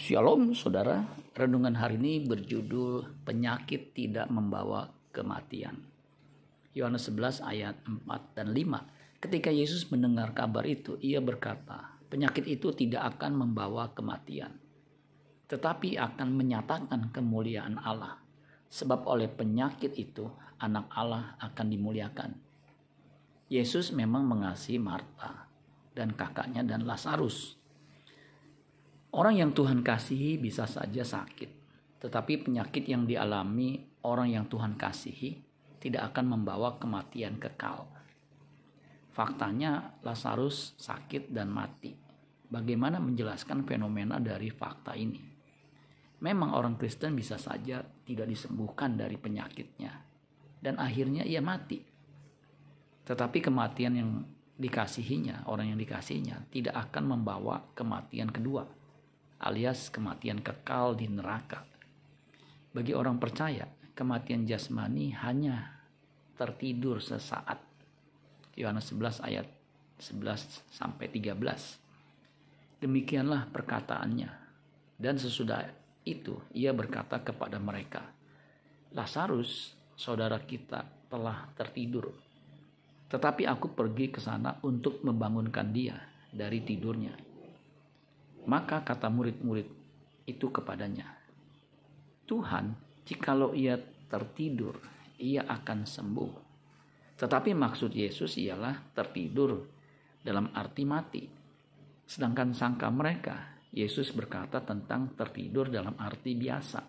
Shalom saudara, renungan hari ini berjudul penyakit tidak membawa kematian. Yohanes 11 ayat 4 dan 5. Ketika Yesus mendengar kabar itu, ia berkata, penyakit itu tidak akan membawa kematian, tetapi akan menyatakan kemuliaan Allah. Sebab oleh penyakit itu, anak Allah akan dimuliakan. Yesus memang mengasihi Marta dan kakaknya dan Lazarus. Orang yang Tuhan kasihi bisa saja sakit, tetapi penyakit yang dialami orang yang Tuhan kasihi tidak akan membawa kematian kekal. Faktanya Lazarus sakit dan mati. Bagaimana menjelaskan fenomena dari fakta ini? Memang orang Kristen bisa saja tidak disembuhkan dari penyakitnya dan akhirnya ia mati. Tetapi kematian yang dikasihinya, orang yang dikasihinya tidak akan membawa kematian kedua, alias kematian kekal di neraka. Bagi orang percaya, kematian jasmani hanya tertidur sesaat. Yohanes 11 ayat 11 sampai 13. Demikianlah perkataannya. Dan sesudah itu ia berkata kepada mereka, Lazarus, saudara kita, telah tertidur. Tetapi aku pergi ke sana untuk membangunkan dia dari tidurnya. Maka kata murid-murid itu kepadanya, Tuhan, jikalau ia tertidur, ia akan sembuh. Tetapi maksud Yesus ialah tertidur dalam arti mati. Sedangkan sangka mereka, Yesus berkata tentang tertidur dalam arti biasa.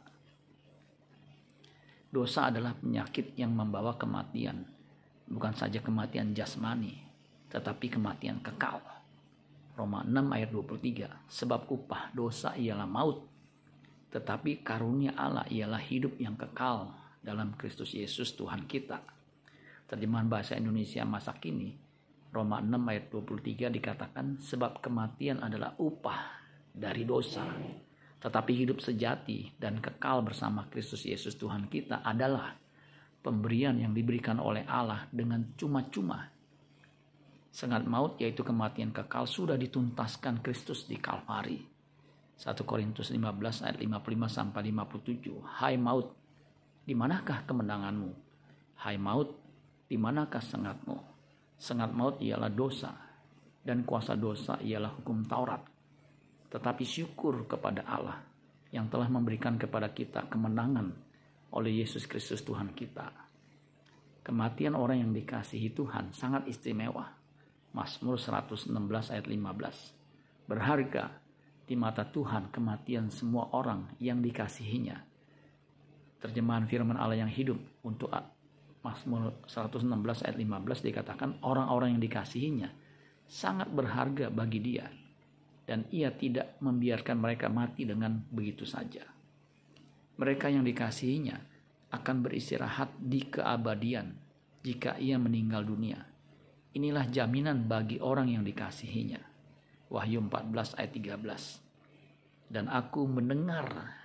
Dosa adalah penyakit yang membawa kematian, bukan saja kematian jasmani, tetapi kematian kekal. Roma 6 ayat 23, sebab upah dosa ialah maut, tetapi karunia Allah ialah hidup yang kekal dalam Kristus Yesus Tuhan kita. Terjemahan bahasa Indonesia masa kini, Roma 6 ayat 23 dikatakan, sebab kematian adalah upah dari dosa, tetapi hidup sejati dan kekal bersama Kristus Yesus Tuhan kita adalah pemberian yang diberikan oleh Allah dengan cuma-cuma. Sengat maut, yaitu kematian kekal, sudah dituntaskan Kristus di Kalvari. 1 Korintus 15 ayat 55 sampai 57. Hai maut, di manakah kemenanganmu? Hai maut, di manakah sengatmu? Sengat maut ialah dosa, dan kuasa dosa ialah hukum Taurat. Tetapi syukur kepada Allah yang telah memberikan kepada kita kemenangan oleh Yesus Kristus Tuhan kita. Kematian orang yang dikasihi Tuhan sangat istimewa. Mazmur 116 ayat 15. Berharga di mata Tuhan kematian semua orang yang dikasihinya. Terjemahan firman Allah yang hidup untuk Mazmur 116 ayat 15 dikatakan orang-orang yang dikasihinya sangat berharga bagi dia, dan ia tidak membiarkan mereka mati dengan begitu saja. Mereka yang dikasihinya akan beristirahat di keabadian jika ia meninggal dunia. Inilah jaminan bagi orang yang dikasihinya. Wahyu 14 ayat 13. Dan aku mendengar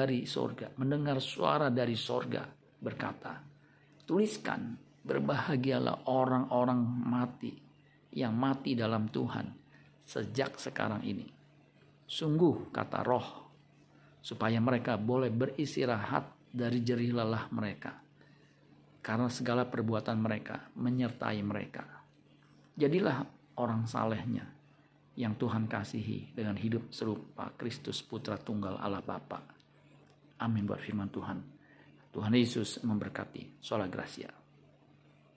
suara dari sorga berkata, tuliskan, berbahagialah orang-orang mati yang mati dalam Tuhan sejak sekarang ini. Sungguh, kata Roh, supaya mereka boleh beristirahat dari jerih lelah mereka, karena segala perbuatan mereka menyertai mereka. Jadilah orang salehnya yang Tuhan kasihi dengan hidup serupa Kristus Putra Tunggal Allah Bapa. Amin buat firman Tuhan. Tuhan Yesus memberkati. Sola Gracia.